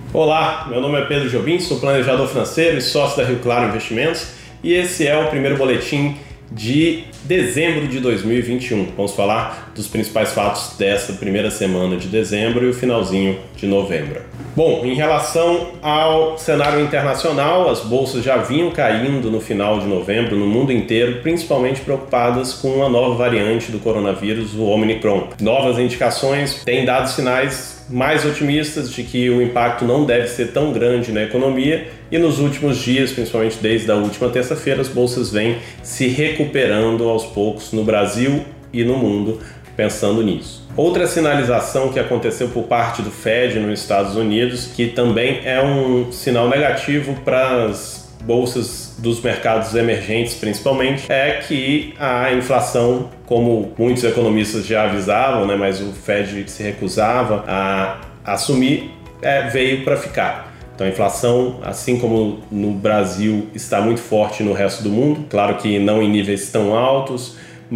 Olá, meu nome é Pedro Jobim, sou planejador financeiro e sócio da Rio Claro Investimentos e esse é o primeiro boletim de dezembro de 2021. Vamos falar dos principais fatos dessa primeira semana de dezembro e o finalzinho de novembro. Bom, em relação ao cenário internacional, as bolsas já vinham caindo no final de novembro no mundo inteiro, principalmente preocupadas com a nova variante do coronavírus, o Omicron. Novas indicações têm dado sinais mais otimistas de que o impacto não deve ser tão grande na economia e nos últimos dias, principalmente desde a última terça-feira, as bolsas vêm se recuperando aos poucos no Brasil e no mundo, pensando nisso. Outra sinalização que aconteceu por parte do Fed nos Estados Unidos, que também é um sinal negativo para as bolsas dos mercados emergentes principalmente, é que a inflação, como muitos economistas já avisavam, mas o Fed se recusava a assumir, veio para ficar. Então a inflação, assim como no Brasil, está muito forte no resto do mundo, claro que não em níveis tão altos,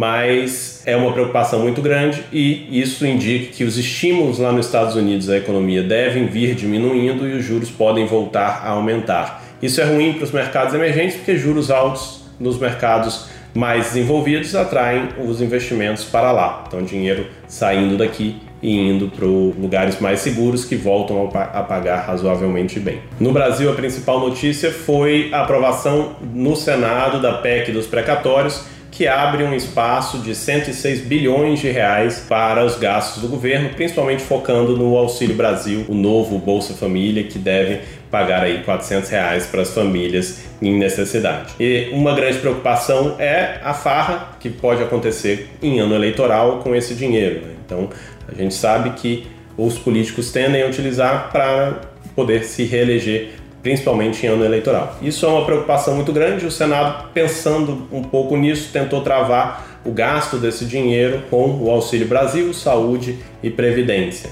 mas é uma preocupação muito grande e isso indica que os estímulos lá nos Estados Unidos à economia devem vir diminuindo e os juros podem voltar a aumentar. Isso é ruim para os mercados emergentes porque juros altos nos mercados mais desenvolvidos atraem os investimentos para lá. Então dinheiro saindo daqui e indo para lugares mais seguros que voltam a pagar razoavelmente bem. No Brasil, a principal notícia foi a aprovação no Senado da PEC dos precatórios, que abre um espaço de 106 bilhões de reais para os gastos do governo, principalmente focando no Auxílio Brasil, o novo Bolsa Família, que deve pagar aí R$400 para as famílias em necessidade. E uma grande preocupação é a farra que pode acontecer em ano eleitoral com esse dinheiro. Então, a gente sabe que os políticos tendem a utilizar para poder se reeleger, principalmente em ano eleitoral. Isso é uma preocupação muito grande. O Senado, pensando um pouco nisso, tentou travar o gasto desse dinheiro com o Auxílio Brasil, Saúde e Previdência.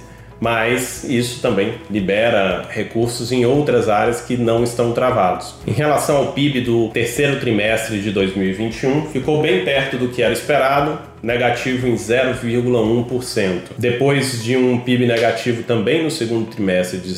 Mas isso também libera recursos em outras áreas que não estão travados. Em relação ao PIB do terceiro trimestre de 2021, ficou bem perto do que era esperado, negativo em 0,1%. Depois de um PIB negativo também no segundo trimestre de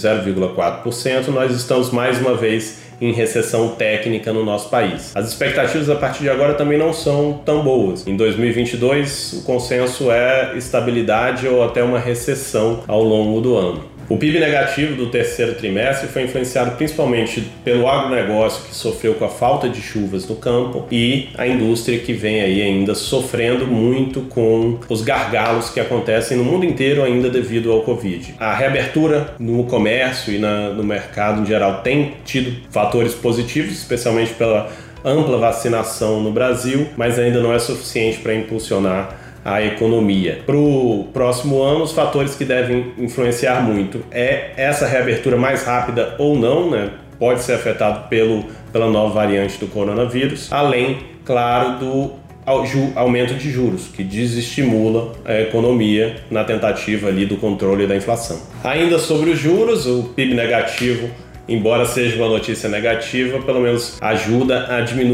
0,4%, nós estamos mais uma vez em recessão técnica no nosso país. As expectativas a partir de agora também não são tão boas. Em 2022, o consenso é estabilidade ou até uma recessão ao longo do ano. O PIB negativo do terceiro trimestre foi influenciado principalmente pelo agronegócio, que sofreu com a falta de chuvas no campo, e a indústria, que vem aí ainda sofrendo muito com os gargalos que acontecem no mundo inteiro ainda devido ao Covid. A reabertura no comércio e no mercado em geral tem tido fatores positivos, especialmente pela ampla vacinação no Brasil, mas ainda não é suficiente para impulsionar a economia. Para o próximo ano, os fatores que devem influenciar muito é essa reabertura mais rápida ou não, pode ser afetado pela nova variante do coronavírus, além, claro, do aumento de juros, que desestimula a economia na tentativa ali do controle da inflação. Ainda sobre os juros, o PIB negativo, embora seja uma notícia negativa, pelo menos ajuda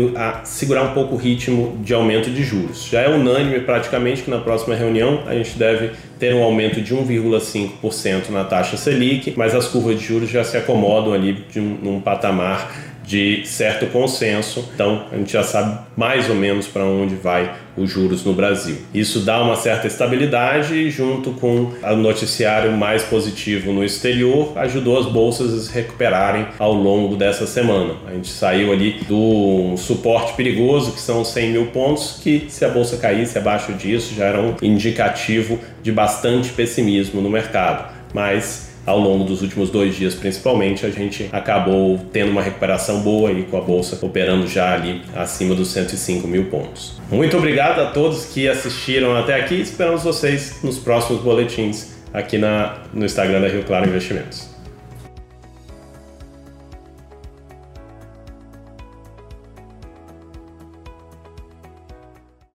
a segurar um pouco o ritmo de aumento de juros. Já é unânime praticamente que na próxima reunião a gente deve ter um aumento de 1,5% na taxa Selic, mas as curvas de juros já se acomodam ali num patamar de certo consenso, então a gente já sabe mais ou menos para onde vai os juros no Brasil. Isso dá uma certa estabilidade, junto com o noticiário mais positivo no exterior, ajudou as bolsas a se recuperarem ao longo dessa semana. A gente saiu ali do suporte perigoso, que são 100 mil pontos, que se a bolsa caísse abaixo disso já era um indicativo de bastante pessimismo no mercado, mas ao longo dos últimos 2 dias, principalmente, a gente acabou tendo uma recuperação boa e com a bolsa operando já ali acima dos 105 mil pontos. Muito obrigado a todos que assistiram até aqui. Esperamos vocês nos próximos boletins aqui no Instagram da Rio Claro Investimentos.